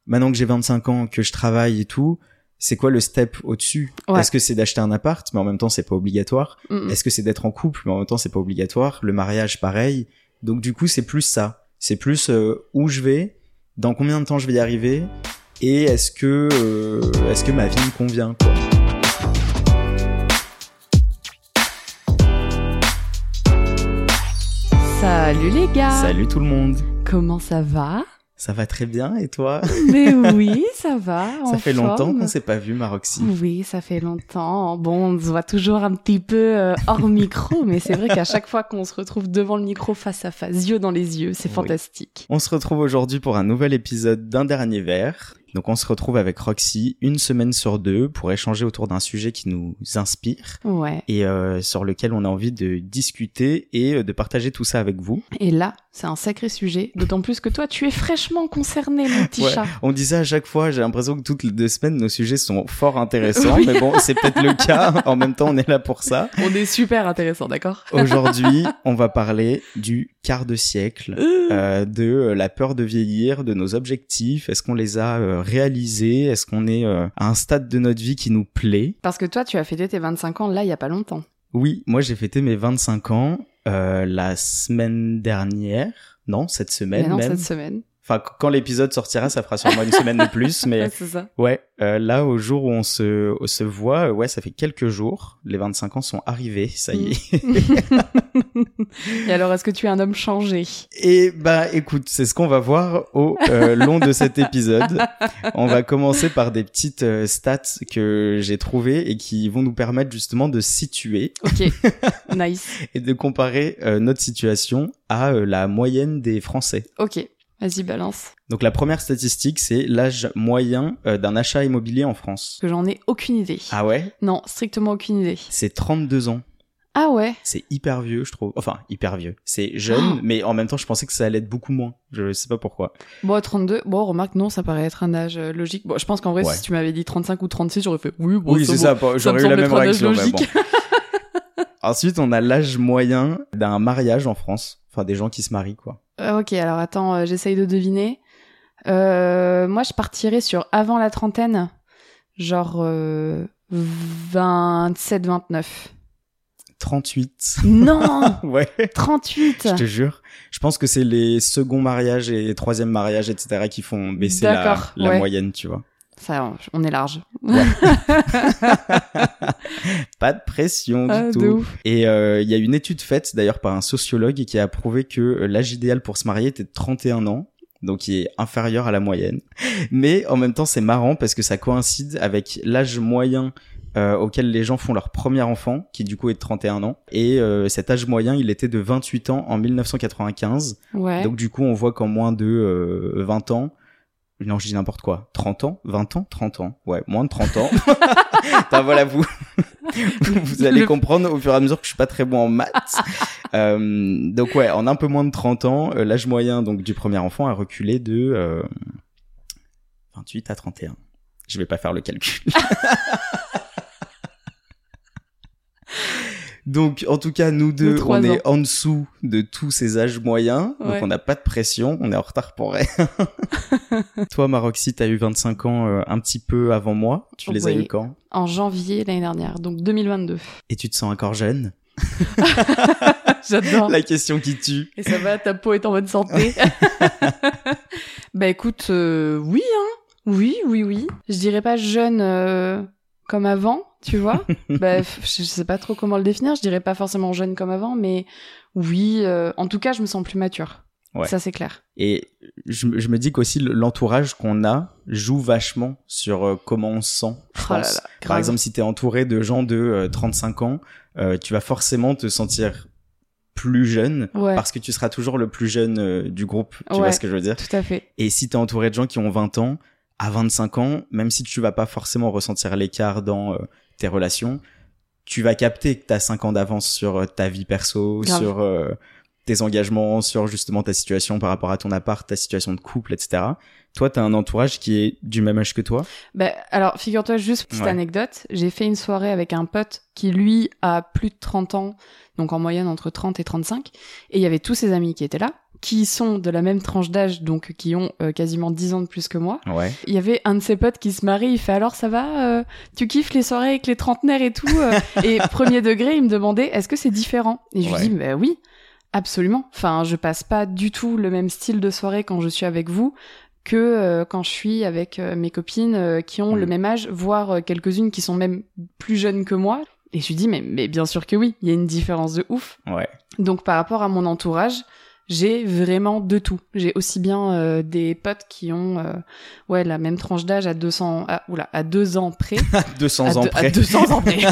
maintenant que j'ai 25 ans, que je travaille et tout, c'est quoi le step au-dessus? Est-ce que c'est d'acheter un appart, mais en même temps, c'est pas obligatoire? Est-ce que c'est d'être en couple, mais en même temps, c'est pas obligatoire? Le mariage, pareil. Donc, du coup, c'est plus ça. C'est plus où je vais, dans combien de temps je vais y arriver, et est-ce que ma vie me convient, quoi. Salut les gars! Salut tout le monde! Comment ça va? Ça va très bien, et toi? Mais oui, ça va. Ça fait longtemps qu'on s'est pas vu, Maroxy. Oui, ça fait longtemps. Bon, on se voit toujours un petit peu hors micro, mais c'est vrai qu'à chaque fois qu'on se retrouve devant le micro face à face, yeux dans les yeux, c'est fantastique. On se retrouve aujourd'hui pour un nouvel épisode d'Un Dernier Verre. Donc on se retrouve avec Roxy une semaine sur deux pour échanger autour d'un sujet qui nous inspire et sur lequel on a envie de discuter et de partager tout ça avec vous. Et là, c'est un sacré sujet, d'autant plus que toi, tu es fraîchement concerné, mon petit chat. On dit ça à chaque fois, j'ai l'impression que toutes les 2 semaines, nos sujets sont fort intéressants, mais bon, c'est peut-être le cas, en même temps, on est là pour ça. On est super intéressant, d'accord? Aujourd'hui, on va parler du quart de siècle, de la peur de vieillir, de nos objectifs, est-ce qu'on les a réalisés, est-ce qu'on est à un stade de notre vie qui nous plaît? Parce que toi, tu as fêté tes 25 ans là, il y a pas longtemps. Oui, moi j'ai fêté mes 25 ans la semaine dernière. Non, cette semaine mais non, même. cette semaine. Enfin, quand l'épisode sortira, ça fera sûrement une semaine de plus, mais ouais, c'est ça. Ouais, là, au jour où on se voit, ça fait quelques jours. Les 25 ans sont arrivés, ça y est. Et alors, est-ce que tu es un homme changé? Et bah, écoute, c'est ce qu'on va voir au long de cet épisode. On va commencer par des petites stats que j'ai trouvées et qui vont nous permettre justement de situer. Ok, nice. Et de comparer notre situation à la moyenne des Français. Ok. Vas-y, balance. Donc la première statistique, c'est l'âge moyen d'un achat immobilier en France. Que j'en ai aucune idée. Ah ouais? Non, strictement aucune idée. C'est 32 ans. Ah ouais? C'est hyper vieux, je trouve. Enfin, hyper vieux. C'est jeune, mais en même temps, je pensais que ça allait être beaucoup moins. Je sais pas pourquoi. Bon, 32, bon, remarque, non, ça paraît être un âge logique. Bon, je pense qu'en vrai, si tu m'avais dit 35 ou 36, j'aurais fait oui, bon, oui, c'est ça, j'aurais eu la même réaction. Logique. Bon. Ensuite, on a l'âge moyen d'un mariage en France. Enfin, des gens qui se marient, quoi. Ok, alors attends, j'essaye de deviner. Moi, je partirais sur avant la trentaine, genre 27-29. 38. Non. Ouais. 38. Je te jure. Je pense que c'est les seconds mariages et troisième mariages, etc. qui font baisser la moyenne, tu vois. Ça, on est large. Ouais. Pas de pression du tout. Et il y a une étude faite d'ailleurs par un sociologue qui a prouvé que l'âge idéal pour se marier était de 31 ans. Donc qui est inférieur à la moyenne. Mais en même temps, c'est marrant parce que ça coïncide avec l'âge moyen auquel les gens font leur premier enfant, qui du coup est de 31 ans. Et cet âge moyen, il était de 28 ans en 1995. Ouais. Donc du coup, on voit qu'en moins de 20 ans, non, je dis n'importe quoi. 30 ans? 20 ans? 30 ans. Ouais, moins de 30 ans. Enfin, voilà, vous allez comprendre au fur et à mesure que je suis pas très bon en maths. Donc ouais, en un peu moins de 30 ans, l'âge moyen donc du premier enfant a reculé de 28 à 31. Je vais pas faire le calcul. Donc, en tout cas, nous deux, on est en dessous de tous ces âges moyens. Donc, on n'a pas de pression. On est en retard pour rien. Toi, Maroxy, t'as eu 25 ans un petit peu avant moi. Tu les as eu quand? En janvier l'année dernière, donc 2022. Et tu te sens encore jeune? J'adore. La question qui tue. Et ça va, ta peau est en bonne santé? Bah écoute, oui, hein. Oui. Je dirais pas jeune comme avant. Tu vois, bah, je sais pas trop comment le définir. Je dirais pas forcément jeune comme avant, mais oui. En tout cas, je me sens plus mature. Ouais. Ça, c'est clair. Et je me dis qu'aussi l'entourage qu'on a joue vachement sur comment on se sent. Je pense. Par exemple, si t'es entouré de gens de 35 ans, tu vas forcément te sentir plus jeune parce que tu seras toujours le plus jeune du groupe. Tu vois ce que je veux dire? Tout à fait. Et si t'es entouré de gens qui ont 20 ans, à 25 ans, même si tu vas pas forcément ressentir l'écart dans tes relations, tu vas capter que t'as 5 ans d'avance sur ta vie perso, sur tes engagements, sur justement ta situation par rapport à ton appart, ta situation de couple, etc. Toi, t'as un entourage qui est du même âge que toi? Ben, alors, figure-toi, juste petite anecdote, j'ai fait une soirée avec un pote qui, lui, a plus de 30 ans, donc en moyenne entre 30 et 35, et il y avait tous ses amis qui étaient là, qui sont de la même tranche d'âge, donc qui ont quasiment 10 ans de plus que moi. Ouais. Il y avait un de ses potes qui se marie, il fait alors ça va, tu kiffes les soirées avec les trentenaires et tout Et premier degré, il me demandait est-ce que c'est différent? Et je lui dis bah oui, absolument. Enfin, je passe pas du tout le même style de soirée quand je suis avec vous que quand je suis avec mes copines qui ont le même âge, voire quelques-unes qui sont même plus jeunes que moi. Et je lui dis mais bien sûr que oui, il y a une différence de ouf. Ouais. Donc par rapport à mon entourage, j'ai vraiment de tout. J'ai aussi bien des potes qui ont la même tranche d'âge à 2 ans près. 200 ans près. À 200 ans près.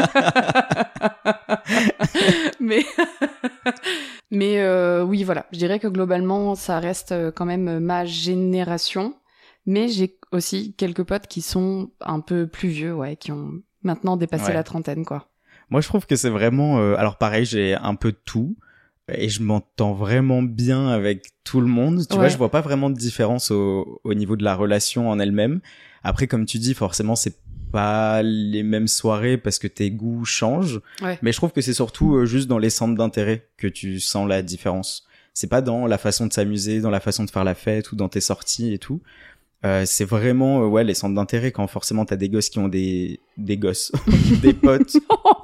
mais oui, voilà. Je dirais que globalement, ça reste quand même ma génération. Mais j'ai aussi quelques potes qui sont un peu plus vieux, qui ont maintenant dépassé la trentaine, quoi. Moi, je trouve que c'est vraiment... alors pareil, j'ai un peu de tout. Et je m'entends vraiment bien avec tout le monde. Tu vois, je vois pas vraiment de différence au niveau de la relation en elle-même. Après, comme tu dis, forcément, c'est pas les mêmes soirées parce que tes goûts changent. Ouais. Mais je trouve que c'est surtout juste dans les centres d'intérêt que tu sens la différence. C'est pas dans la façon de s'amuser, dans la façon de faire la fête ou dans tes sorties et tout. C'est vraiment les centres d'intérêt quand forcément t'as des gosses qui ont des gosses des potes.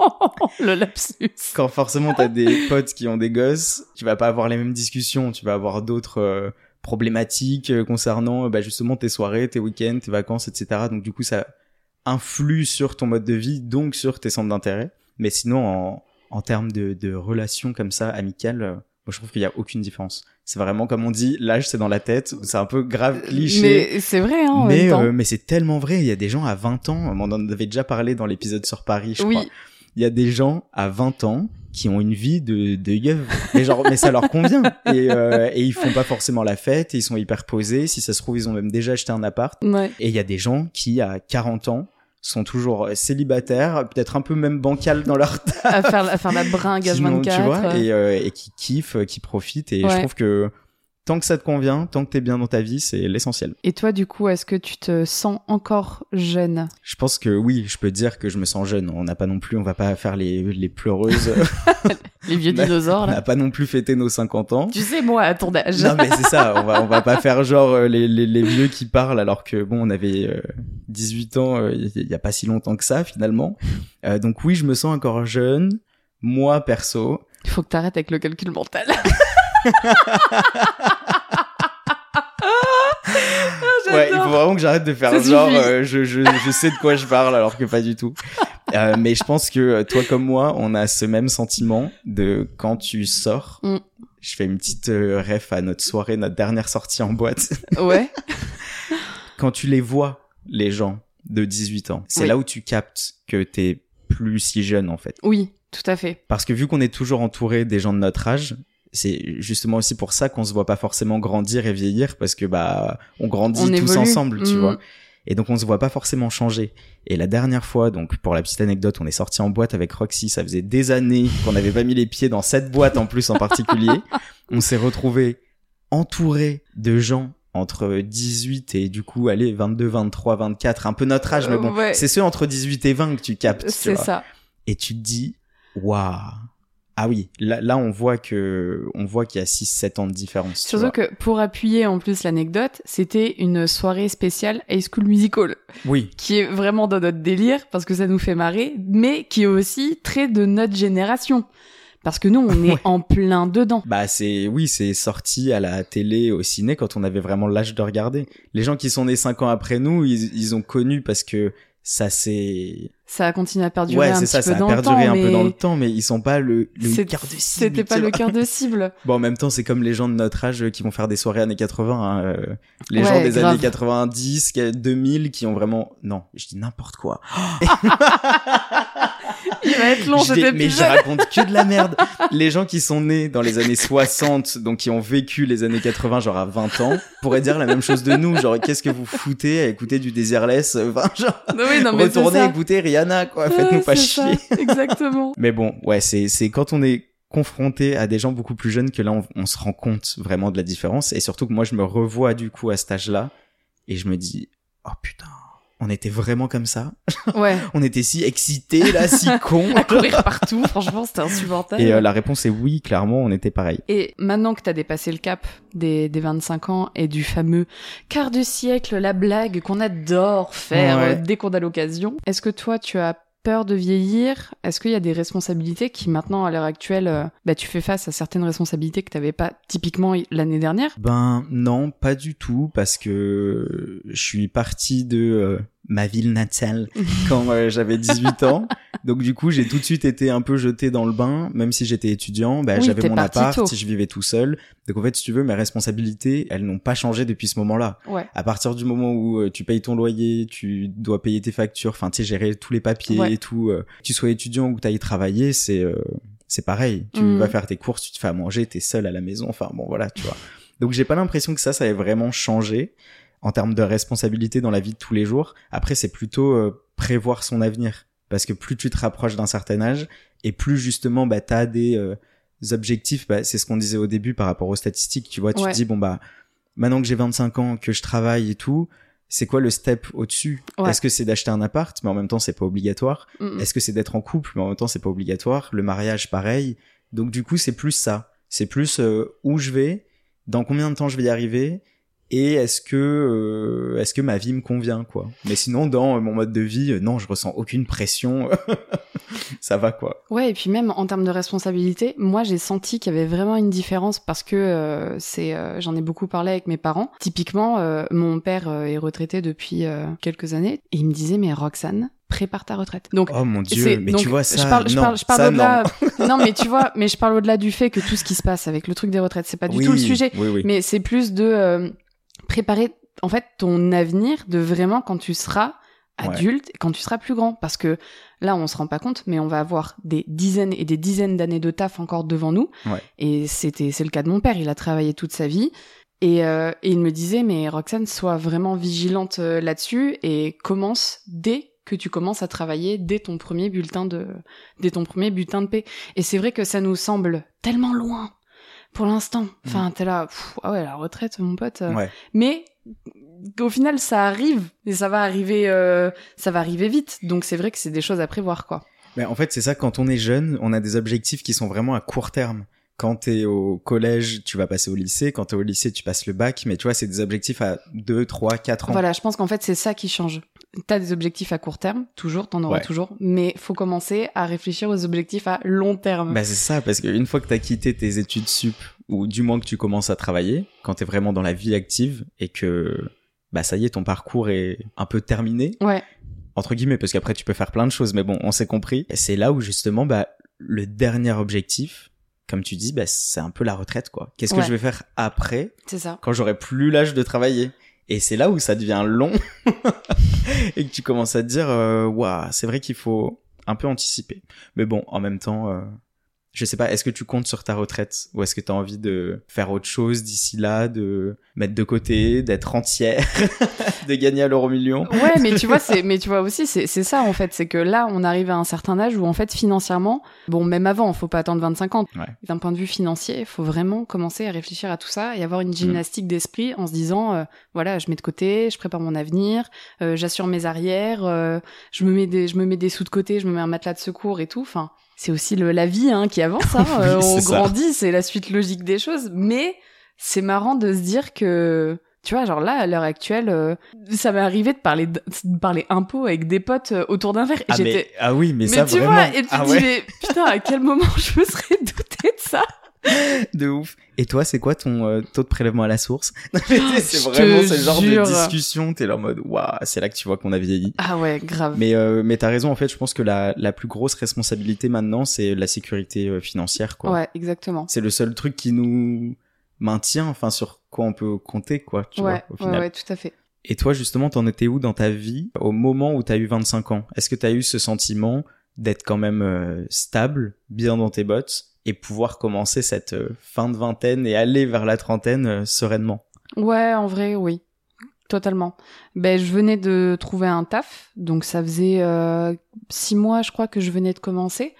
Le lapsus. Quand forcément t'as des potes qui ont des gosses, tu vas pas avoir les mêmes discussions, tu vas avoir d'autres problématiques concernant justement tes soirées, tes week-ends, tes vacances, etc. Donc du coup ça influe sur ton mode de vie, donc sur tes centres d'intérêt. Mais sinon en termes de relations comme ça amicales, moi je trouve qu'il y a aucune différence. C'est vraiment comme on dit, l'âge c'est dans la tête. C'est un peu grave cliché. Mais c'est vrai, en même temps. Mais c'est tellement vrai. Il y a des gens à 20 ans, on en avait déjà parlé dans l'épisode sur Paris, je crois. Il y a des gens à 20 ans qui ont une vie de yeuve. Mais ça leur convient. Et ils font pas forcément la fête, et ils sont hyper posés. Si ça se trouve, ils ont même déjà acheté un appart. Ouais. Et il y a des gens qui, à 40 ans, sont toujours célibataires, peut-être un peu même bancal dans leur taf. à faire la bringue à 24. Tu vois, et qui kiffent, qui profitent. Et je trouve que tant que ça te convient, tant que t'es bien dans ta vie, c'est l'essentiel. Et toi, du coup, est-ce que tu te sens encore jeune? Je pense que oui, je peux dire que je me sens jeune. On va pas faire les pleureuses. Les vieux dinosaures, là. On n'a pas non plus fêté nos 50 ans. Tu sais, moi, à ton âge. Non, mais c'est ça. On va pas faire genre les vieux qui parlent alors que bon, on avait 18 ans il y a pas si longtemps que ça, finalement. Donc oui, je me sens encore jeune. Moi, perso. Il faut que t'arrêtes avec le calcul mental. Ouais, il faut vraiment que j'arrête de faire genre je sais de quoi je parle alors que pas du tout. Mais je pense que toi comme moi, on a ce même sentiment de quand tu sors. Je fais une petite ref à notre soirée, notre dernière sortie en boîte. Ouais. Quand tu les vois, les gens de 18 ans, c'est là où tu captes que t'es plus si jeune en fait. Oui, tout à fait. Parce que vu qu'on est toujours entouré des gens de notre âge, c'est justement aussi pour ça qu'on se voit pas forcément grandir et vieillir, parce que on grandit tous évolue. Ensemble, tu vois. Et donc on se voit pas forcément changer. Et la dernière fois, donc pour la petite anecdote, on est sorti en boîte avec Roxy, ça faisait des années qu'on n'avait pas mis les pieds dans cette boîte en plus en particulier. On s'est retrouvés entourés de gens entre 18 et du coup 22, 23, 24, un peu notre âge, mais bon, c'est ceux entre 18 et 20 que tu captes. C'est ça. Et tu te dis, waouh. Ah oui, là on voit qu'il y a 6-7 ans de différence. Surtout que pour appuyer en plus l'anecdote, c'était une soirée spéciale High School Musical. Oui. Qui est vraiment dans notre délire parce que ça nous fait marrer, mais qui est aussi très de notre génération. Parce que nous, on est en plein dedans. C'est sorti à la télé, au ciné quand on avait vraiment l'âge de regarder. Les gens qui sont nés 5 ans après nous, ils ont connu parce que ça a continué à perdurer un petit peu dans le temps. Ouais, c'est ça, ça a perduré un peu dans le temps, mais ils sont pas le cœur de cible. C'était pas le cœur de cible. Bon, en même temps, c'est comme les gens de notre âge qui vont faire des soirées années 80, les gens des années 90, 2000 qui ont vraiment... Non, je dis n'importe quoi. Il va être long, cet épisode. Mais je raconte que de la merde. Les gens qui sont nés dans les années 60, donc qui ont vécu les années 80, genre à 20 ans, pourraient dire la même chose de nous. Genre, qu'est-ce que vous foutez à écouter du Desireless? Retournez écouter Rihanna, quoi. Faites-nous pas chier. Ça, exactement. Mais bon, c'est quand on est confronté à des gens beaucoup plus jeunes que là, on se rend compte vraiment de la différence. Et surtout que moi, je me revois du coup à cet âge-là et je me dis, oh putain. on était vraiment comme ça. Ouais. On était si excités, là, si cons. À courir partout, franchement, c'était insupportable. Et la réponse est oui, clairement, on était pareil. Et maintenant que t'as dépassé le cap des 25 ans et du fameux quart de siècle, la blague qu'on adore faire dès qu'on a l'occasion, est-ce que toi, tu as peur de vieillir? Est-ce qu'il y a des responsabilités qui maintenant, à l'heure actuelle, tu fais face à certaines responsabilités que t'avais pas typiquement l'année dernière? Ben non, pas du tout, parce que je suis parti de ma ville natale quand j'avais 18 ans. Donc du coup, j'ai tout de suite été un peu jeté dans le bain, même si j'étais étudiant, j'avais mon appart, je vivais tout seul. Donc en fait, si tu veux, mes responsabilités, elles n'ont pas changé depuis ce moment-là. Ouais. À partir du moment où tu payes ton loyer, tu dois payer tes factures, enfin tu sais, gérer tous les papiers et tout, que tu sois étudiant ou que tu ailles travailler, c'est pareil. Tu vas faire tes courses, tu te fais à manger, t'es seul à la maison, enfin bon voilà, tu vois. Donc j'ai pas l'impression que ça ait vraiment changé en termes de responsabilité dans la vie de tous les jours. Après, c'est plutôt prévoir son avenir. Parce que plus tu te rapproches d'un certain âge, et plus justement, t'as des objectifs, c'est ce qu'on disait au début par rapport aux statistiques, tu vois, tu te dis, maintenant que j'ai 25 ans, que je travaille et tout, c'est quoi le step au-dessus? Est-ce que c'est d'acheter un appart, mais en même temps, c'est pas obligatoire? Est-ce que c'est d'être en couple, mais en même temps, c'est pas obligatoire? Le mariage, pareil. Donc du coup, c'est plus ça. C'est plus où je vais, dans combien de temps je vais y arriver, et est-ce que ma vie me convient, quoi. Mais sinon, dans mon mode de vie, non, je ressens aucune pression. Ça va, quoi. Ouais, et puis même en termes de responsabilité, moi j'ai senti qu'il y avait vraiment une différence parce que j'en ai beaucoup parlé avec mes parents. Typiquement, mon père est retraité depuis quelques années et il me disait mais Roxane, prépare ta retraite. Donc, oh mon Dieu, mais tu vois ça, je parle au-delà. Non, mais tu vois, mais je parle au-delà du fait que tout ce qui se passe avec le truc des retraites, c'est pas du tout le sujet. Oui. Mais c'est plus de préparer en fait ton avenir de vraiment quand tu seras adulte et quand tu seras plus grand, parce que là on se rend pas compte, mais on va avoir des dizaines et des dizaines d'années de taf encore devant nous. Et c'est le cas de mon père, il a travaillé toute sa vie. Et il me disait, mais Roxane, sois vraiment vigilante là-dessus et commence dès que tu commences à travailler, dès ton premier bulletin de paie. Et c'est vrai que ça nous semble tellement loin pour l'instant. Enfin, t'es là, la retraite, mon pote. Mais au final, ça arrive et ça va arriver vite. Donc c'est vrai que c'est des choses à prévoir, quoi. Mais en fait, c'est ça, quand on est jeune, on a des objectifs qui sont vraiment à court terme. Quand t'es au collège, tu vas passer au lycée. Quand t'es au lycée, tu passes le bac. Mais tu vois, c'est des objectifs à 2, 3, 4 ans. Voilà, je pense qu'en fait, c'est ça qui change. T'as des objectifs à court terme, toujours, t'en auras toujours. Mais faut commencer à réfléchir aux objectifs à long terme. C'est ça, parce qu'une fois que t'as quitté tes études sup, ou du moins que tu commences à travailler, quand t'es vraiment dans la vie active, et que, ça y est, ton parcours est un peu terminé. Entre guillemets, parce qu'après, tu peux faire plein de choses. Mais bon, on s'est compris. Et c'est là où, justement, le dernier objectif, comme tu dis, c'est un peu la retraite, quoi. Qu'est-ce que je vais faire après? C'est ça. Quand j'aurai plus l'âge de travailler. Et c'est là où ça devient long et que tu commences à te dire, c'est vrai qu'il faut un peu anticiper. Mais bon, en même temps, je sais pas, est-ce que tu comptes sur ta retraite ou est-ce que tu as envie de faire autre chose d'ici là, de mettre de côté, d'être entière, de gagner à l'euro-million? Ouais, mais tu vois aussi, c'est ça en fait, c'est que là, on arrive à un certain âge où en fait, financièrement, même avant, faut pas attendre 25 ans. D'un point de vue financier, il faut vraiment commencer à réfléchir à tout ça et avoir une gymnastique d'esprit en se disant, je mets de côté, je prépare mon avenir, j'assure mes arrières, je me mets des sous de côté, je me mets un matelas de secours et tout, enfin... C'est aussi la vie qui avance, on grandit, c'est la suite logique des choses, mais c'est marrant de se dire que, tu vois, genre là, à l'heure actuelle, ça m'est arrivé de parler impôts avec des potes autour d'un verre. Et mais ça tu vraiment... vois, et tu te dis, mais putain, à quel moment je me serais douté de ça? De ouf. Et toi, c'est quoi ton taux de prélèvement à la source? C'est vraiment ce genre de discussion. T'es là en mode, c'est là que tu vois qu'on a vieilli. Ah ouais, grave. Mais t'as raison, en fait, je pense que la plus grosse responsabilité maintenant, c'est la sécurité financière, quoi. Ouais, exactement. C'est le seul truc qui nous maintient, enfin, sur quoi on peut compter, quoi, tu vois, au final. Ouais, tout à fait. Et toi, justement, t'en étais où dans ta vie au moment où t'as eu 25 ans? Est-ce que t'as eu ce sentiment d'être quand même stable, bien dans tes bottes, et pouvoir commencer cette fin de vingtaine et aller vers la trentaine sereinement? Ouais, en vrai, oui. Totalement. Je venais de trouver un taf, donc ça faisait 6 mois, je crois, que je venais de commencer.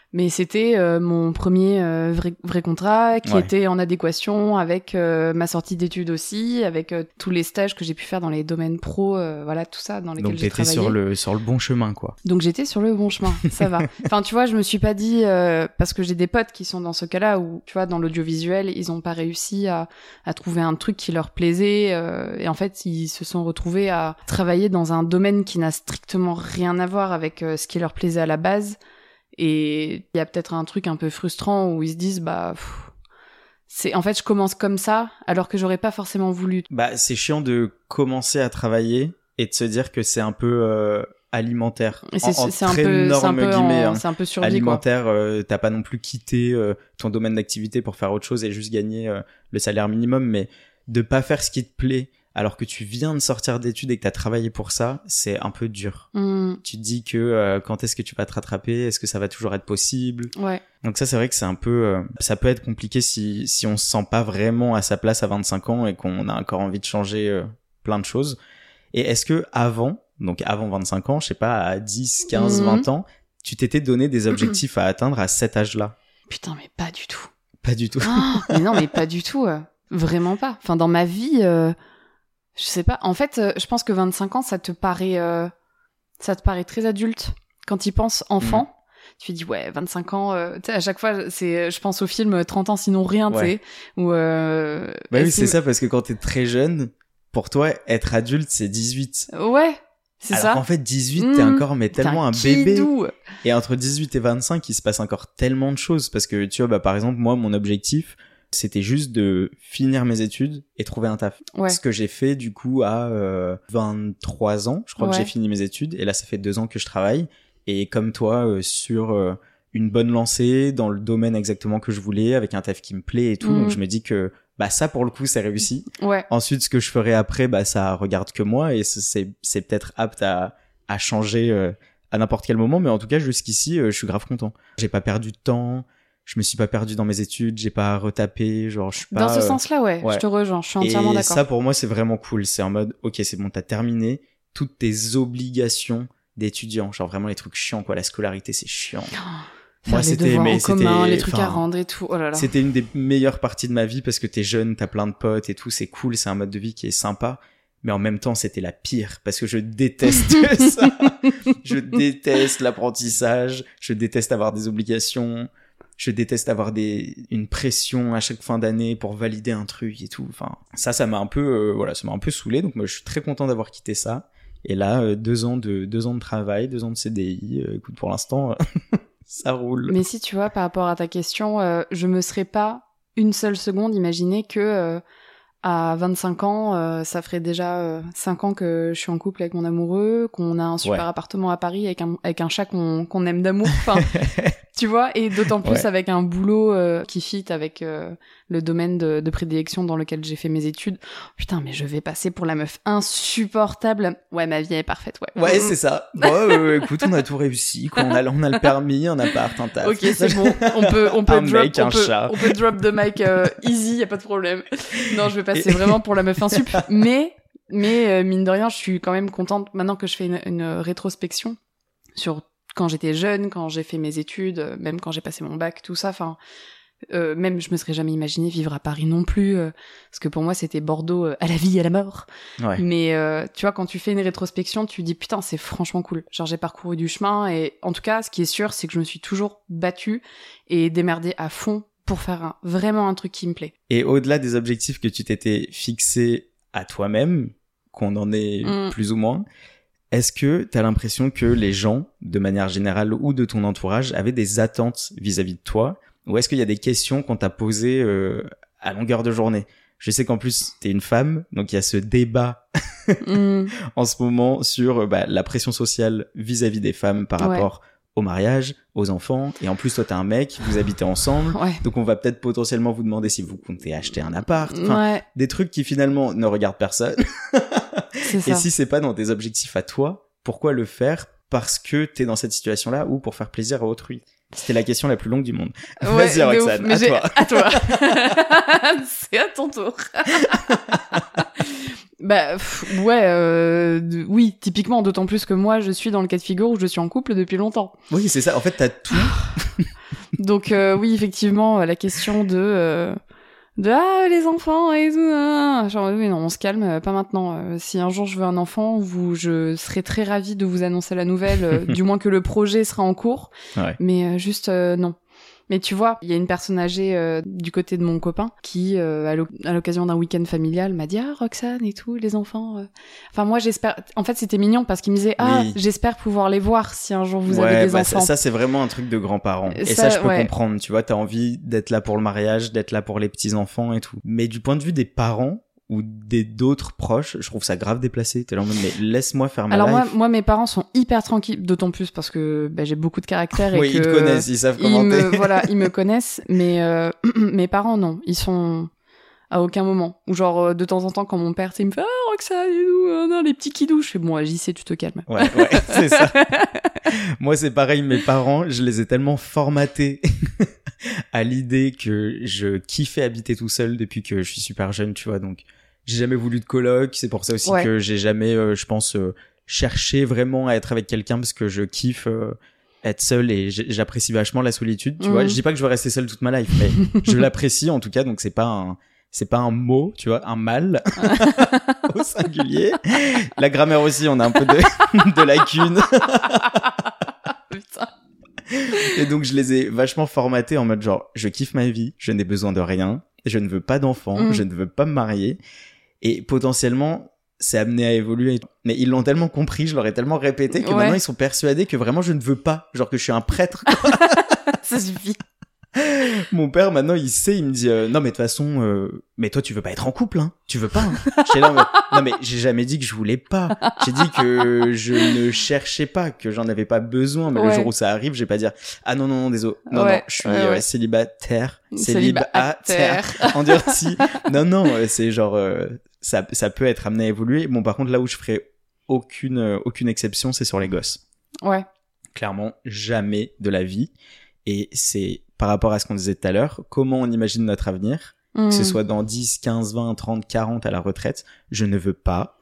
Mais c'était mon premier vrai contrat qui était en adéquation avec ma sortie d'études aussi, avec tous les stages que j'ai pu faire dans les domaines pro, voilà, tout ça dans lesquels j'ai travaillé. Donc t'étais sur le bon chemin, quoi. Donc j'étais sur le bon chemin, ça va. Enfin, tu vois, je me suis pas dit parce que j'ai des potes qui sont dans ce cas-là où, tu vois, dans l'audiovisuel, ils ont pas réussi à trouver un truc qui leur plaisait et en fait, ils se sont retrouvés à travailler dans un domaine qui n'a strictement rien à voir avec ce qui leur plaisait à la base. Et il y a peut-être un truc un peu frustrant où ils se disent en fait je commence comme ça alors que j'aurais pas forcément voulu. C'est chiant de commencer à travailler et de se dire que c'est un peu alimentaire. Et c'est un peu survie, alimentaire, quoi. T'as pas non plus quitté ton domaine d'activité pour faire autre chose et juste gagner le salaire minimum, mais de pas faire ce qui te plaît alors que tu viens de sortir d'études et que t'as travaillé pour ça, c'est un peu dur. Tu te dis que quand est-ce que tu vas te rattraper? Est-ce que ça va toujours être possible? Ouais. Donc ça, c'est vrai que c'est un peu... ça peut être compliqué si on se sent pas vraiment à sa place à 25 ans et qu'on a encore envie de changer plein de choses. Et est-ce que avant 25 ans, je sais pas, à 10, 15, 20 ans, tu t'étais donné des objectifs à atteindre à cet âge-là? Putain, mais pas du tout. Pas du tout. Mais non, mais pas du tout. Vraiment pas. Enfin, dans ma vie... je sais pas. En fait, je pense que 25 ans, ça te paraît très adulte. Quand tu penses enfant, tu te dis, ouais, 25 ans, tu sais, à chaque fois, je pense au film 30 ans sinon rien, tu sais. Oui, c'est ça, parce que quand t'es très jeune, pour toi, être adulte, c'est 18. Ouais, c'est ça. Alors qu'en fait, 18, t'es encore, mais tellement un bébé. Kidou. Et entre 18 et 25, il se passe encore tellement de choses. Parce que, tu vois, par exemple, moi, mon objectif, c'était juste de finir mes études et trouver un taf. Ouais. Ce que j'ai fait du coup à 23 ans, je crois que j'ai fini mes études et là ça fait 2 ans que je travaille et comme toi sur une bonne lancée dans le domaine exactement que je voulais avec un taf qui me plaît et tout, donc je me dis que ça pour le coup c'est réussi. Ouais. Ensuite ce que je ferai après ça regarde que moi et c'est peut-être apte à changer à n'importe quel moment, mais en tout cas jusqu'ici je suis grave content. J'ai pas perdu de temps. Je me suis pas perdu dans mes études, j'ai pas retapé, genre je suis pas... Dans ce sens-là, ouais, je te rejoins, je suis entièrement d'accord. Et ça pour moi c'est vraiment cool, c'est en mode, ok c'est bon, t'as terminé toutes tes obligations d'étudiant, genre vraiment les trucs chiants quoi, la scolarité c'est chiant. Moi c'était en commun, les trucs à rendre et tout, oh là là. C'était une des meilleures parties de ma vie parce que t'es jeune, t'as plein de potes et tout, c'est cool, c'est un mode de vie qui est sympa. Mais en même temps, c'était la pire parce que je déteste ça. Je déteste l'apprentissage, je déteste avoir des obligations. Je déteste avoir une pression à chaque fin d'année pour valider un truc et tout. Enfin, ça m'a un peu, ça m'a un peu saoulé. Donc moi, je suis très content d'avoir quitté ça. Et là, 2 ans de travail, 2 ans de CDI. Écoute, pour l'instant, ça roule. Mais si tu vois, par rapport à ta question, je me serais pas une seule seconde imaginé que à 25 ans, ça ferait déjà 5 ans que je suis en couple avec mon amoureux, qu'on a un super appartement à Paris avec un chat qu'on aime d'amour. Enfin, tu vois, et d'autant plus avec un boulot qui fit avec le domaine de prédilection dans lequel j'ai fait mes études. Putain, mais je vais passer pour la meuf insupportable. Ouais, ma vie est parfaite, ouais. Ouais, c'est ça. Bon, écoute, on a tout réussi, quoi. On a le permis, un appart, un taf. Ok, c'est bon. On peut drop the mic easy, y a pas de problème. Non, je vais passer vraiment pour la meuf insup. Mais mine de rien, je suis quand même contente maintenant que je fais une rétrospection sur quand j'étais jeune, quand j'ai fait mes études, même quand j'ai passé mon bac, tout ça, enfin, même je me serais jamais imaginé vivre à Paris non plus, parce que pour moi c'était Bordeaux à la vie et à la mort. Ouais. Mais tu vois, quand tu fais une rétrospection, tu dis putain, c'est franchement cool. Genre j'ai parcouru du chemin et en tout cas, ce qui est sûr, c'est que je me suis toujours battue et démerdée à fond pour faire vraiment un truc qui me plaît. Et au-delà des objectifs que tu t'étais fixés à toi-même, qu'on en est plus ou moins, est-ce que t'as l'impression que les gens, de manière générale ou de ton entourage, avaient des attentes vis-à-vis de toi? Ou est-ce qu'il y a des questions qu'on t'a posées à longueur de journée? Je sais qu'en plus, t'es une femme, donc il y a ce débat en ce moment sur la pression sociale vis-à-vis des femmes par rapport au mariage, aux enfants, et en plus toi t'es un mec, vous habitez ensemble, donc on va peut-être potentiellement vous demander si vous comptez acheter un appart, enfin, des trucs qui finalement ne regardent personne. C'est ça. Et si c'est pas dans tes objectifs à toi, pourquoi le faire? Parce que t'es dans cette situation-là ou pour faire plaisir à autrui? C'était la question la plus longue du monde. Vas-y Roxane, à toi. À toi. C'est à ton tour. Oui, typiquement, d'autant plus que moi, je suis dans le cas de figure où je suis en couple depuis longtemps. Oui, c'est ça. En fait, t'as tout. Donc oui, effectivement, la question de les enfants et tout, genre oui non, on se calme, pas maintenant. Si un jour je veux un enfant, je serai très ravie de vous annoncer la nouvelle, du moins que le projet sera en cours. Ouais. Mais juste non. Mais tu vois, il y a une personne âgée du côté de mon copain qui, à l'occasion d'un week-end familial, m'a dit « Ah, Roxane et tout, les enfants... Enfin, moi, j'espère... En fait, c'était mignon parce qu'il me disait « Ah, oui. J'espère pouvoir les voir si un jour vous avez des enfants. » Ça, c'est vraiment un truc de grands-parents. Et ça, je peux comprendre. Tu vois, t'as envie d'être là pour le mariage, d'être là pour les petits-enfants et tout. Mais du point de vue des parents... ou d'autres proches, je trouve ça grave déplacé. T'es là en mode, mais laisse-moi faire ma life. Alors moi, mes parents sont hyper tranquilles, d'autant plus parce que j'ai beaucoup de caractère et oui, que... ils te connaissent, ils savent comment t'es. Voilà, ils me connaissent, mais mes parents, non. Ils sont à aucun moment. Ou genre, de temps en temps, quand mon père, il me fait « Ah, Roxane, et nous, non, les petits kidous », je fais « Bon, j'y sais, tu te calmes. » Ouais, c'est ça. Moi, c'est pareil, mes parents, je les ai tellement formatés à l'idée que je kiffais habiter tout seul depuis que je suis super jeune, tu vois, donc... J'ai jamais voulu de coloc, c'est pour ça aussi que j'ai jamais, je pense, cherché vraiment à être avec quelqu'un parce que je kiffe être seul et j'apprécie vachement la solitude, tu vois. Je dis pas que je veux rester seul toute ma life, mais je l'apprécie en tout cas, donc c'est pas un mot, tu vois, un mal au singulier. La grammaire aussi, on a un peu de lacunes. Putain. Et donc je les ai vachement formatés en mode genre, je kiffe ma vie, je n'ai besoin de rien, je ne veux pas d'enfants, je ne veux pas me marier. Et potentiellement, c'est amené à évoluer. Mais ils l'ont tellement compris, je leur ai tellement répété que maintenant ils sont persuadés que vraiment je ne veux pas. Genre que je suis un prêtre. Ça suffit. Mon père, maintenant, il sait, il me dit non mais de toute façon, mais toi tu veux pas être en couple, hein. Tu veux pas, hein. J'étais là, non mais j'ai jamais dit que je voulais pas. J'ai dit que je ne cherchais pas, que j'en avais pas besoin. Mais le jour où ça arrive, je vais pas dire ah non désolé, non, je suis célibataire. Endurci. Non, c'est genre ça peut être amené à évoluer. Bon, par contre, là où je ferai aucune exception, c'est sur les gosses. Ouais. Clairement, jamais de la vie. Et c'est par rapport à ce qu'on disait tout à l'heure, comment on imagine notre avenir, que ce soit dans 10, 15, 20, 30, 40 à la retraite, je ne veux pas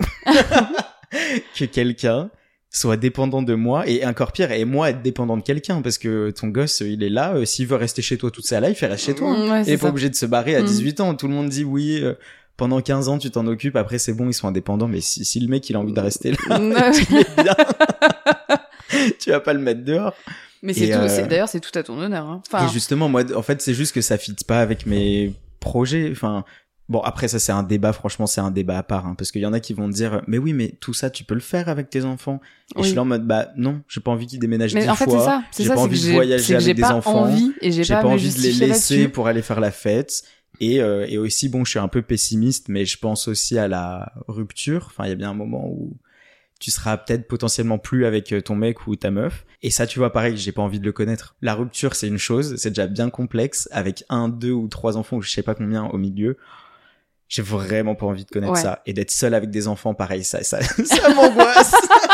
que quelqu'un soit dépendant de moi, et encore pire, et moi être dépendant de quelqu'un, parce que ton gosse, il est là, s'il veut rester chez toi toute sa life, il reste chez toi. Hein. Il est pas obligé de se barrer à 18 ans. Tout le monde dit oui, pendant 15 ans, tu t'en occupes, après c'est bon, ils sont indépendants, mais si le mec, il a envie de rester là, tu l'es bien. Tu vas pas le mettre dehors. Mais d'ailleurs, c'est tout à ton honneur. Hein. Et justement, moi, en fait, c'est juste que ça fit pas avec mes projets. Enfin, bon, après, ça, c'est un débat. Franchement, c'est un débat à part, hein, parce qu'il y en a qui vont te dire, mais oui, mais tout ça, tu peux le faire avec tes enfants. Et je suis là en mode, bah, non, j'ai pas envie qu'ils déménagent 10 en fait, fois. J'ai pas envie de voyager avec des enfants. J'ai pas envie de les laisser pour aller faire la fête. Et aussi, bon, je suis un peu pessimiste, mais je pense aussi à la rupture. Enfin, il y a bien un moment où tu seras peut-être potentiellement plus avec ton mec ou ta meuf. Et ça, tu vois, pareil, j'ai pas envie de le connaître. La rupture, c'est une chose, c'est déjà bien complexe, avec 1, 2 ou 3 enfants, ou je sais pas combien au milieu. J'ai vraiment pas envie de connaître ça. Et d'être seul avec des enfants, pareil, ça m'angoisse.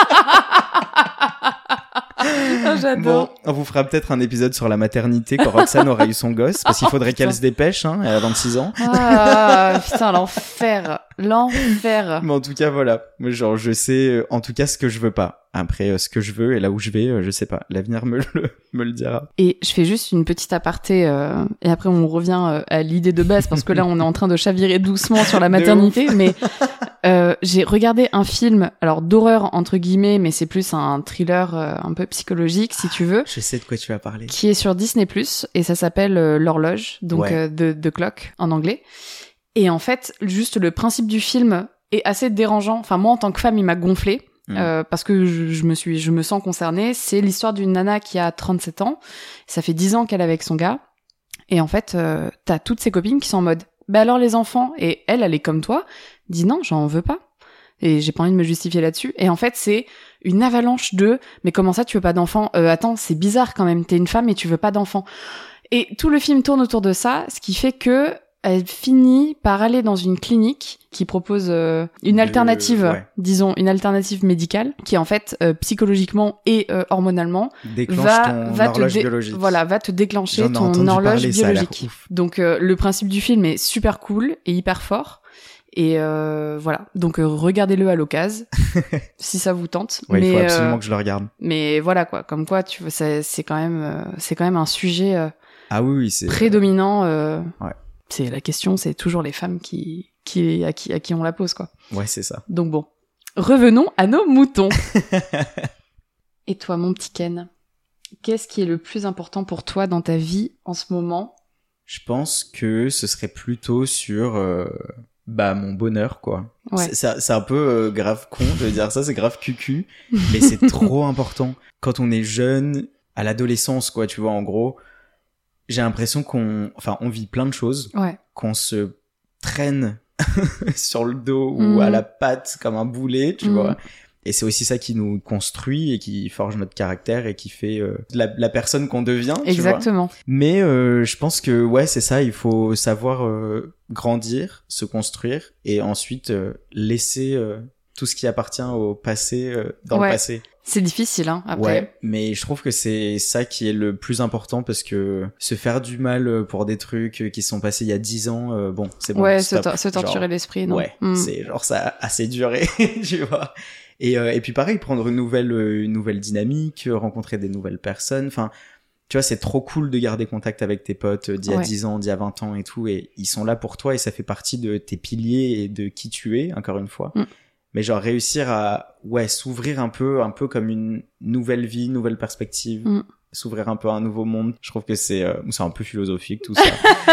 J'adore. Bon, on vous fera peut-être un épisode sur la maternité quand Roxane aura eu son gosse, parce qu'il faudrait qu'elle se dépêche, hein, elle a 26 ans. Ah, putain, l'enfer. Mais en tout cas, voilà. Moi, genre, je sais, en tout cas, ce que je veux pas. Après, ce que je veux et là où je vais, je sais pas. L'avenir me le dira. Et je fais juste une petite aparté, et après on revient à l'idée de base, parce que là, on est en train de chavirer doucement sur la maternité, mais j'ai regardé un film, alors d'horreur entre guillemets, mais c'est plus un thriller un peu psychologique, si tu veux. Je sais de quoi tu vas parler. Qui est sur Disney+, et ça s'appelle L'Horloge, donc The Clock en anglais. Et en fait, juste le principe du film est assez dérangeant. Enfin, moi, en tant que femme, il m'a gonflé. Parce que je me sens concernée. C'est l'histoire d'une nana qui a 37 ans. Ça fait 10 ans qu'elle est avec son gars. Et en fait, t'as toutes ses copines qui sont en mode, bah alors les enfants, et elle est comme toi, dit non, j'en veux pas. Et j'ai pas envie de me justifier là-dessus. Et en fait, c'est une avalanche de, mais comment ça tu veux pas d'enfants? Attends, c'est bizarre quand même, t'es une femme et tu veux pas d'enfants. Et tout le film tourne autour de ça, ce qui fait que elle finit par aller dans une clinique qui propose une alternative, disons une alternative médicale, qui en fait psychologiquement et hormonalement va te déclencher ton horloge biologique. Donc le principe du film est super cool et hyper fort. Et voilà, donc regardez-le à l'occasion si ça vous tente. Ouais, il faut absolument que je le regarde. Mais voilà quoi, comme quoi tu vois, c'est quand même un sujet Ah oui, c'est prédominant. Ouais. C'est la question, c'est toujours les femmes à qui on la pose, quoi. Ouais, c'est ça. Donc bon, revenons à nos moutons. Et toi, mon petit Ken, qu'est-ce qui est le plus important pour toi dans ta vie en ce moment? Je pense que ce serait plutôt sur mon bonheur, quoi. Ouais. C'est un peu grave con de dire ça, c'est grave cucu, mais c'est trop important. Quand on est jeune, à l'adolescence, quoi, tu vois, en gros, j'ai l'impression on vit plein de choses, qu'on se traîne sur le dos ou à la patte comme un boulet, tu vois. Et c'est aussi ça qui nous construit et qui forge notre caractère et qui fait la personne qu'on devient. Exactement. Tu vois. Mais je pense que ouais, c'est ça. Il faut savoir grandir, se construire et ensuite laisser tout ce qui appartient au passé dans le passé. C'est difficile, hein, après. Ouais, mais je trouve que c'est ça qui est le plus important parce que se faire du mal pour des trucs qui sont passés il y a 10 ans, bon, c'est bon. Ouais, se torturer l'esprit, non? Ouais, c'est genre ça a assez duré, tu vois. Et puis pareil, prendre une nouvelle dynamique, rencontrer des nouvelles personnes, enfin, tu vois, c'est trop cool de garder contact avec tes potes d'il y a 10 ans, d'il y a 20 ans et tout, et ils sont là pour toi et ça fait partie de tes piliers et de qui tu es, encore une fois. Mais genre réussir à s'ouvrir un peu comme une nouvelle vie, une nouvelle perspective, s'ouvrir un peu à un nouveau monde. Je trouve que c'est un peu philosophique tout ça.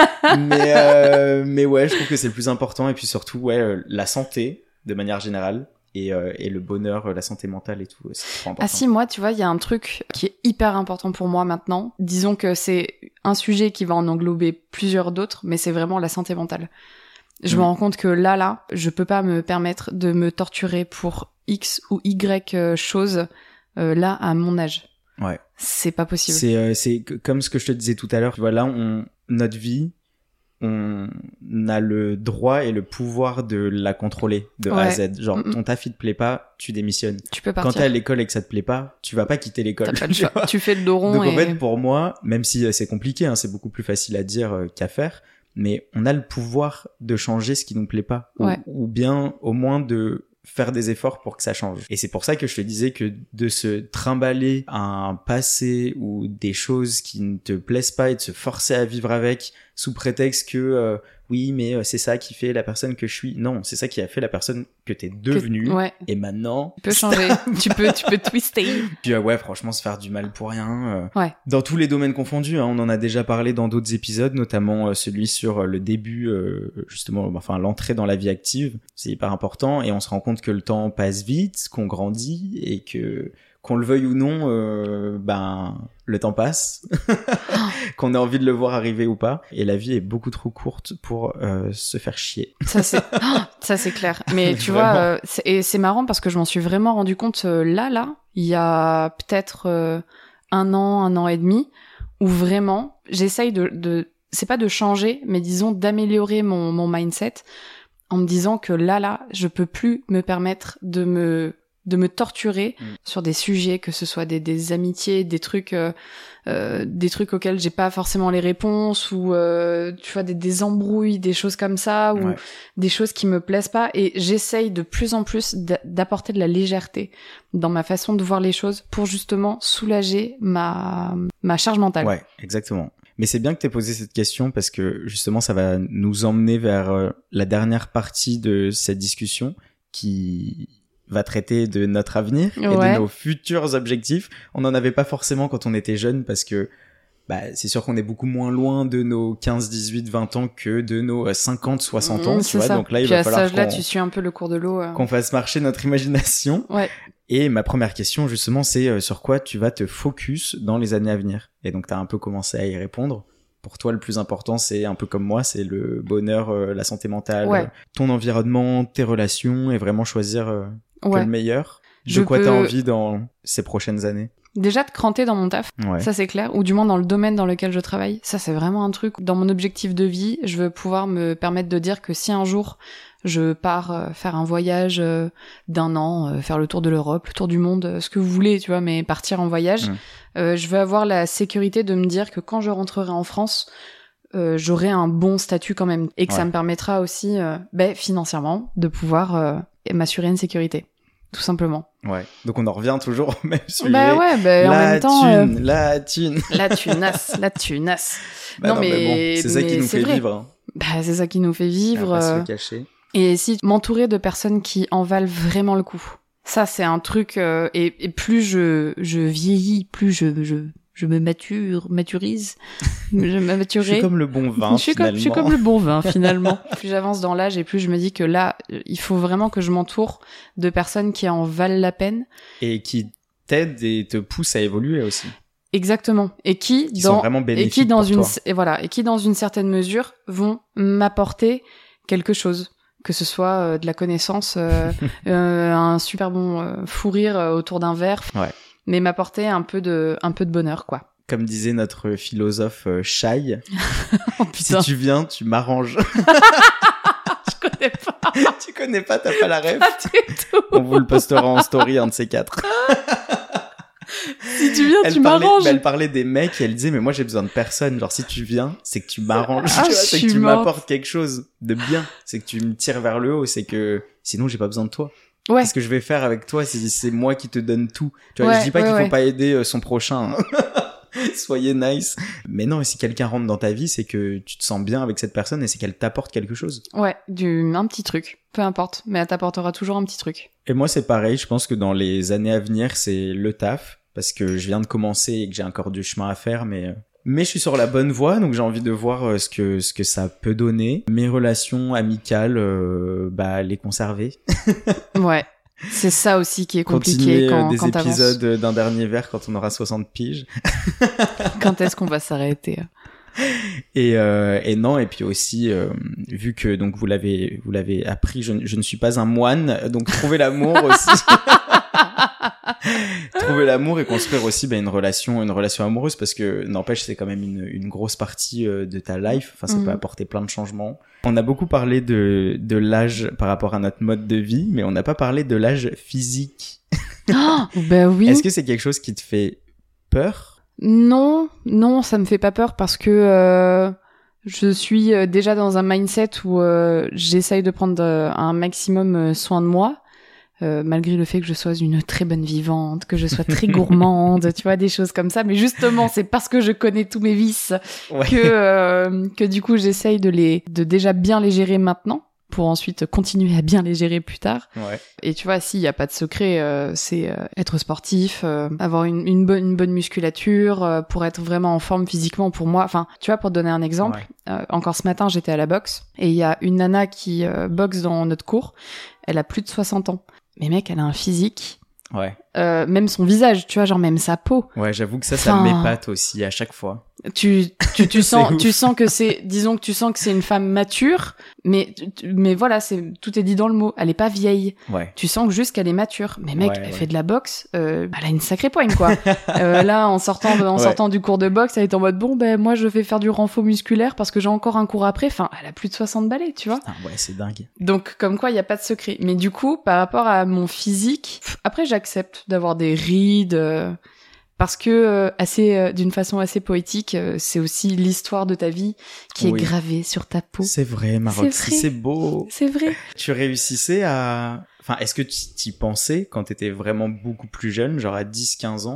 mais ouais, je trouve que c'est le plus important et puis surtout la santé de manière générale et le bonheur, la santé mentale et tout, c'est trop important. Ah si, moi, tu vois, il y a un truc qui est hyper important pour moi maintenant. Disons que c'est un sujet qui va en englober plusieurs d'autres, mais c'est vraiment la santé mentale. Je me rends compte que là, je peux pas me permettre de me torturer pour X ou Y chose là à mon âge. Ouais. C'est pas possible. C'est comme ce que je te disais tout à l'heure. Tu vois, là, notre vie, on a le droit et le pouvoir de la contrôler de A à Z. Genre, ton taf, il te plaît pas, tu démissionnes. Tu peux partir. Quand t'es à l'école et que ça te plaît pas, tu vas pas quitter l'école. T'as pas le choix. Tu fais le dos rond. Donc en fait, pour moi, même si c'est compliqué, hein, c'est beaucoup plus facile à dire qu'à faire, mais on a le pouvoir de changer ce qui nous plaît pas. Ou bien, au moins, de faire des efforts pour que ça change. Et c'est pour ça que je te disais que de se trimballer à un passé ou des choses qui ne te plaisent pas et de se forcer à vivre avec sous prétexte que oui, mais c'est ça qui fait la personne que je suis. Non, c'est ça qui a fait la personne que t'es devenue. Et maintenant... Tu peux changer. tu peux twister. Puis franchement, se faire du mal pour rien. Dans tous les domaines confondus, hein, on en a déjà parlé dans d'autres épisodes, notamment celui sur le début, justement, l'entrée dans la vie active. C'est hyper important et on se rend compte que le temps passe vite, qu'on grandit et que... qu'on le veuille ou non, le temps passe, qu'on ait envie de le voir arriver ou pas, et la vie est beaucoup trop courte pour se faire chier. Ça c'est clair. Mais tu vois, c'est marrant parce que je m'en suis vraiment rendu compte là, il y a peut-être un an et demi, où vraiment j'essaye de c'est pas de changer, mais disons d'améliorer mon mindset en me disant que là, je peux plus me permettre de me torturer sur des sujets, que ce soit des amitiés, des trucs auxquels j'ai pas forcément les réponses, ou tu vois, des embrouilles, des choses comme ça, ou des choses qui me plaisent pas, et j'essaye de plus en plus d'apporter de la légèreté dans ma façon de voir les choses pour justement soulager ma charge mentale. Ouais, exactement. Mais c'est bien que t'aies posé cette question parce que justement ça va nous emmener vers la dernière partie de cette discussion qui va traiter de notre avenir et de nos futurs objectifs. On n'en avait pas forcément quand on était jeune parce que c'est sûr qu'on est beaucoup moins loin de nos 15, 18, 20 ans que de nos 50, 60 ans, tu vois. Donc là, il va falloir à cet âge-là, tu suis un peu le cours de l'eau. Qu'on fasse marcher notre imagination. Ouais. Et ma première question, justement, c'est sur quoi tu vas te focus dans les années à venir. Et donc, t'as un peu commencé à y répondre. Pour toi, le plus important, c'est un peu comme moi, c'est le bonheur, la santé mentale, ton environnement, tes relations, et vraiment choisir que le meilleur. De quoi t'as envie dans ces prochaines années? Déjà de cranter dans mon taf, ça c'est clair, ou du moins dans le domaine dans lequel je travaille. Ça c'est vraiment un truc, dans mon objectif de vie, je veux pouvoir me permettre de dire que si un jour je pars faire un voyage d'un an, faire le tour de l'Europe, le tour du monde, ce que vous voulez, tu vois, mais partir en voyage, je veux avoir la sécurité de me dire que quand je rentrerai en France, j'aurai un bon statut quand même, et que ça me permettra aussi, financièrement, de pouvoir m'assurer une sécurité. tout simplement. Ouais. Donc on en revient toujours au même sujet. Bah ouais, bah en même temps... La thune. La tunasse. Bah non, mais bon, c'est ça qui nous fait vivre. Hein. Bah c'est ça qui nous fait vivre. On va pas se le cacher. Et si m'entourer de personnes qui en valent vraiment le coup. Ça, c'est un truc... et plus je vieillis, plus je me maturise. Je me maturerai. Je suis comme le bon vin, finalement. Je suis comme le bon vin, finalement. Plus j'avance dans l'âge et plus je me dis que là, il faut vraiment que je m'entoure de personnes qui en valent la peine. Et qui t'aident et te poussent à évoluer aussi. Exactement. Et qui sont vraiment bénéfiques pour toi. Et qui, dans une certaine mesure, vont m'apporter quelque chose. Que ce soit de la connaissance, un super bon fou rire autour d'un verre. Ouais. Mais m'apporter un peu de bonheur, quoi. Comme disait notre philosophe Shai, oh, putain. Si tu viens, tu m'arranges. Je connais pas. Tu connais pas, t'as pas la ref. Pas du tout. On vous le postera en story, un de ces 4. Si tu viens, tu m'arranges. Elle parlait des mecs et elle disait, mais moi j'ai besoin de personne. Genre, si tu viens, c'est que tu m'arranges. Ah, c'est que tu m'apportes quelque chose de bien. C'est que tu me tires vers le haut. C'est que sinon, j'ai pas besoin de toi. Ouais. Qu'est-ce que je vais faire avec toi si c'est moi qui te donne tout? Tu vois, je dis pas qu'il faut pas aider son prochain. Soyez nice. Mais non, si quelqu'un rentre dans ta vie, c'est que tu te sens bien avec cette personne et c'est qu'elle t'apporte quelque chose. Ouais, un petit truc. Peu importe. Mais elle t'apportera toujours un petit truc. Et moi, c'est pareil. Je pense que dans les années à venir, c'est le taf. Parce que je viens de commencer et que j'ai encore du chemin à faire, mais je suis sur la bonne voie, donc j'ai envie de voir ce que ça peut donner. Mes relations amicales, les conserver. Ouais. C'est ça aussi qui est compliqué quand des t'avances. épisodes d'un dernier verre quand on aura 60 piges. Quand est-ce qu'on va s'arrêter? Et non, et puis aussi vu que donc vous l'avez appris, je ne suis pas un moine, donc trouver l'amour aussi. Trouver l'amour et construire aussi une relation amoureuse, parce que n'empêche, c'est quand même une grosse partie de ta life. Enfin, ça peut apporter plein de changements. On a beaucoup parlé de l'âge par rapport à notre mode de vie, mais on n'a pas parlé de l'âge physique. Oh, ben oui. Est-ce que c'est quelque chose qui te fait peur? Non, ça me fait pas peur parce que je suis déjà dans un mindset où j'essaye de prendre un maximum soin de moi. Malgré le fait que je sois une très bonne vivante, que je sois très gourmande, tu vois, des choses comme ça. Mais justement, c'est parce que je connais tous mes vices que du coup, j'essaye de déjà bien les gérer maintenant pour ensuite continuer à bien les gérer plus tard. Ouais. Et tu vois, s'il y a pas de secret, c'est être sportif, avoir une bonne musculature, pour être vraiment en forme physiquement pour moi. Enfin, tu vois, pour te donner un exemple, encore ce matin, j'étais à la boxe et il y a une nana qui boxe dans notre cours. Elle a plus de 60 ans. Mais mec, elle a un physique. Ouais. Même son visage, tu vois, genre même sa peau. Ouais, j'avoue que ça m'épate aussi à chaque fois. Tu sens que c'est, disons que tu sens que c'est une femme mature, mais voilà, tout est dit dans le mot. Elle est pas vieille. Ouais. Tu sens juste qu'elle est mature. Mais mec, elle fait de la boxe, elle a une sacrée poigne, quoi. Là, en sortant du cours de boxe, elle est en mode, moi, je vais faire du renfort musculaire parce que j'ai encore un cours après. Enfin, elle a plus de 60 balais, tu vois. Ah ouais, c'est dingue. Donc, comme quoi, il y a pas de secret. Mais du coup, par rapport à mon physique, après, j'accepte d'avoir des rides, parce que d'une façon assez poétique, c'est aussi l'histoire de ta vie qui est gravée sur ta peau. C'est vrai, Maroxy, c'est beau. C'est vrai. Tu réussissais enfin, est-ce que tu t'y pensais quand t'étais vraiment beaucoup plus jeune, genre à 10-15 ans,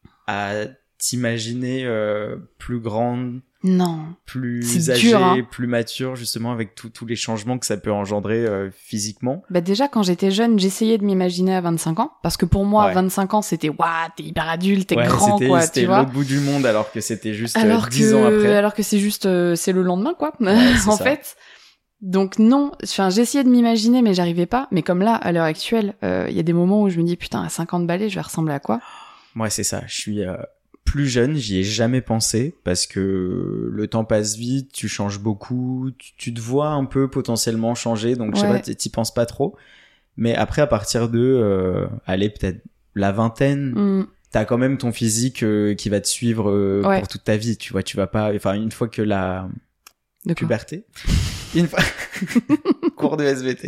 à t'imaginer plus grande? Non. Plus âgée, dur, hein. Plus mature, justement, avec tous les changements que ça peut engendrer physiquement. Bah déjà, quand j'étais jeune, j'essayais de m'imaginer à 25 ans. Parce que pour moi, 25 ans, c'était, t'es hyper adulte, t'es grand, quoi, tu vois. C'était l'autre bout du monde, alors que c'était juste 10 ans après. Alors que c'est juste, c'est le lendemain, quoi. Ouais, en fait. Donc non, enfin, j'essayais de m'imaginer, mais j'arrivais pas. Mais comme là, à l'heure actuelle, il y a des moments où je me dis, putain, à 50 balais, je vais ressembler à quoi? Moi, c'est ça. Je suis plus jeune, j'y ai jamais pensé parce que le temps passe vite, tu changes beaucoup, tu te vois un peu potentiellement changer, donc je sais pas, t'y penses pas trop. Mais après, à partir de, allez, peut-être la vingtaine, t'as quand même ton physique qui va te suivre pour toute ta vie, tu vois, tu vas pas, enfin, une fois que la puberté, une fois, cours de SVT,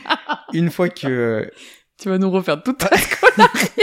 une fois que... Tu vas nous refaire toute ta scolarité.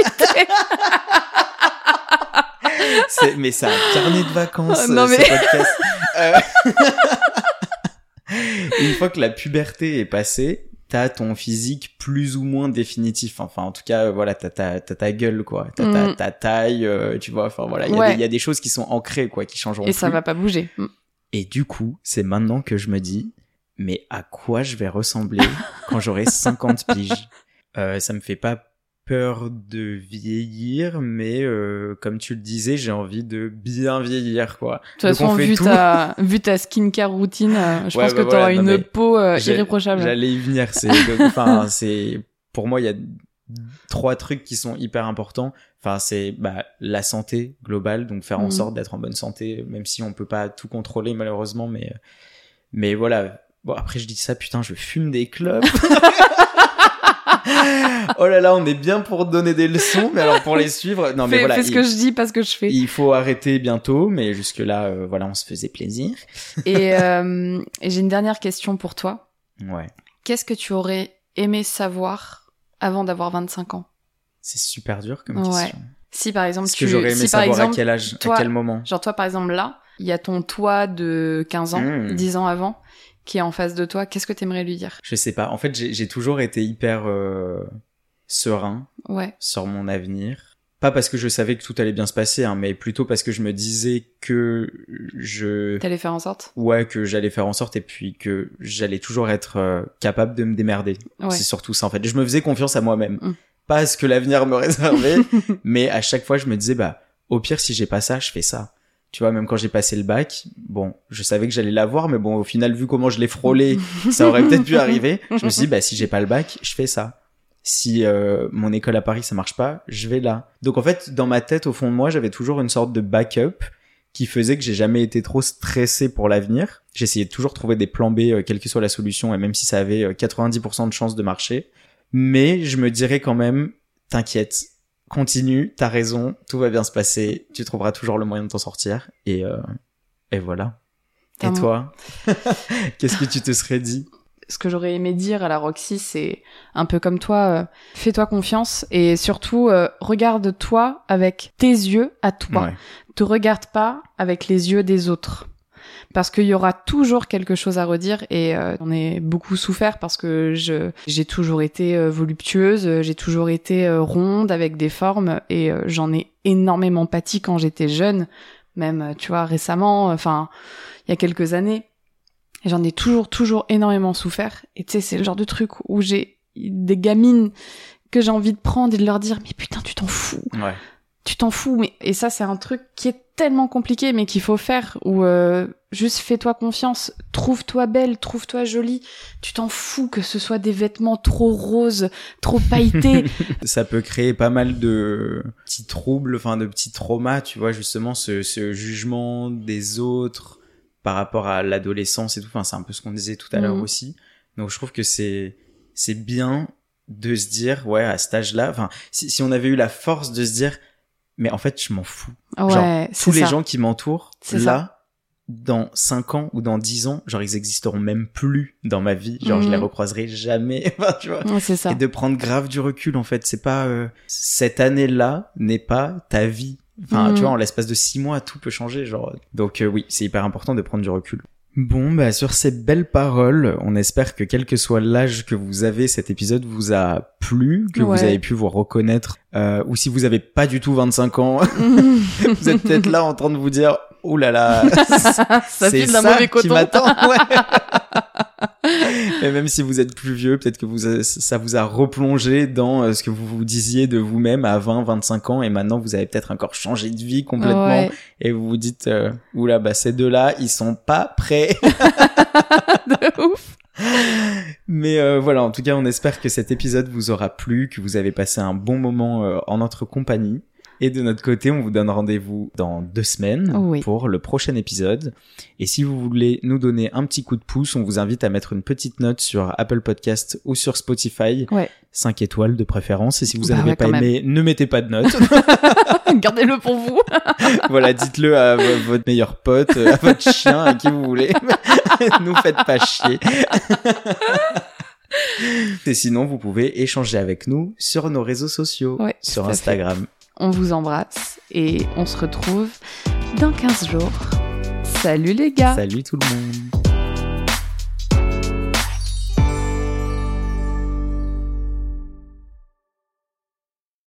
Mais c'est un carnet de vacances, non, mais... ce podcast. Une fois que la puberté est passée, t'as ton physique plus ou moins définitif. Enfin, en tout cas, voilà, t'as ta gueule, quoi. T'as ta taille, tu vois. Enfin, voilà, il y a des choses qui sont ancrées, quoi, qui changeront plus. Et ça va pas bouger. Et du coup, c'est maintenant que je me dis, mais à quoi je vais ressembler quand j'aurai 50 piges? Ça me fait pas peur de vieillir, mais comme tu le disais, j'ai envie de bien vieillir, quoi. De toute façon, vu ta skincare routine, je pense que t'auras une peau irréprochable. J'allais y venir. C'est pour moi, il y a 3 trucs qui sont hyper importants. Enfin, c'est la santé globale, donc faire en sorte d'être en bonne santé, même si on peut pas tout contrôler malheureusement, mais voilà. Bon, après je dis ça, putain, je fume des clopes. Oh là là, on est bien pour donner des leçons, mais alors pour les suivre, non mais voilà. Fais ce que je dis, pas ce que je fais. Il faut arrêter bientôt, mais jusque là, voilà, on se faisait plaisir. Et j'ai une dernière question pour toi. Ouais. Qu'est-ce que tu aurais aimé savoir avant d'avoir 25 ans? C'est super dur comme question. Si par exemple que j'aurais aimé savoir à quel âge, à quel moment. Genre toi par exemple là, il y a ton toi de 15 ans, 10 ans avant, qui est en face de toi, qu'est-ce que t'aimerais lui dire? Je sais pas. En fait, j'ai toujours été hyper serein sur mon avenir. Pas parce que je savais que tout allait bien se passer, hein, mais plutôt parce que je me disais que T'allais faire en sorte? Ouais, que j'allais faire en sorte et puis que j'allais toujours être capable de me démerder. Ouais. C'est surtout ça, en fait. Je me faisais confiance à moi-même. Pas à ce que l'avenir me réservait, mais à chaque fois, je me disais, au pire, si j'ai pas ça, je fais ça. Tu vois, même quand j'ai passé le bac, bon, je savais que j'allais l'avoir, mais bon, au final, vu comment je l'ai frôlé, ça aurait peut-être pu arriver. Je me suis dit, si j'ai pas le bac, je fais ça. Si mon école à Paris, ça marche pas, je vais là. Donc en fait, dans ma tête, au fond de moi, j'avais toujours une sorte de backup qui faisait que j'ai jamais été trop stressé pour l'avenir. J'essayais de toujours trouver des plans B, quelle que soit la solution, et même si ça avait 90% de chances de marcher. Mais je me dirais quand même, t'inquiète, continue, t'as raison, tout va bien se passer, tu trouveras toujours le moyen de t'en sortir, et voilà. Et toi? Qu'est-ce que tu te serais dit? Ce que j'aurais aimé dire à la Roxy, c'est un peu comme toi, fais-toi confiance, et surtout, regarde-toi avec tes yeux à toi. Ouais. Te regarde pas avec les yeux des autres. Parce qu'il y aura toujours quelque chose à redire, et j'en ai beaucoup souffert parce que j'ai toujours été voluptueuse, j'ai toujours été ronde avec des formes, et j'en ai énormément pâti quand j'étais jeune, même tu vois récemment, enfin il y a quelques années, et j'en ai toujours énormément souffert. Et tu sais, c'est le genre de truc où j'ai des gamines que j'ai envie de prendre et de leur dire mais putain tu t'en fous. Ouais. Tu t'en fous, mais et ça c'est un truc qui est tellement compliqué mais qu'il faut faire, où juste fais-toi confiance, trouve-toi belle, trouve-toi jolie, tu t'en fous que ce soit des vêtements trop roses, trop pailletés. Ça peut créer pas mal de petits troubles, enfin de petits traumas, tu vois, justement ce jugement des autres par rapport à l'adolescence et tout, enfin c'est un peu ce qu'on disait tout à l'heure aussi. Donc je trouve que c'est bien de se dire à cet âge-là, enfin si on avait eu la force de se dire mais en fait, je m'en fous. Ouais, genre, tous les ça. gens qui m'entourent, là, ça. Dans 5 ans ou dans 10 ans, genre, ils existeront même plus dans ma vie. Genre, je les recroiserai jamais. Enfin, tu vois. Ouais, c'est ça. Et de prendre grave du recul, en fait. C'est pas, cette année-là n'est pas ta vie. Enfin, tu vois, en l'espace de 6 mois, tout peut changer, genre. Donc, oui, c'est hyper important de prendre du recul. Bon, sur ces belles paroles, on espère que quel que soit l'âge que vous avez, cet épisode vous a plu, que vous avez pu vous reconnaître, ou si vous avez pas du tout 25 ans, vous êtes peut-être là en train de vous dire, oh là là, c'est ça qui m'attend. Ouais. Et même si vous êtes plus vieux, peut-être que ça vous a replongé dans ce que vous vous disiez de vous-même à 20, 25 ans, et maintenant vous avez peut-être encore changé de vie complètement, et vous vous dites, oula, ces deux-là, ils sont pas prêts. De ouf. Mais voilà, en tout cas, on espère que cet épisode vous aura plu, que vous avez passé un bon moment en notre compagnie. Et de notre côté, on vous donne rendez-vous dans 2 semaines pour le prochain épisode. Et si vous voulez nous donner un petit coup de pouce, on vous invite à mettre une petite note sur Apple Podcast ou sur Spotify. 5 étoiles de préférence. Et si vous n'avez pas aimé, ne mettez pas de note. Gardez-le pour vous. Voilà, dites-le à votre meilleur pote, à votre chien, à qui vous voulez. Nous faites pas chier. Et sinon, vous pouvez échanger avec nous sur nos réseaux sociaux, sur Instagram. On vous embrasse et on se retrouve dans 15 jours. Salut les gars. Salut tout le monde.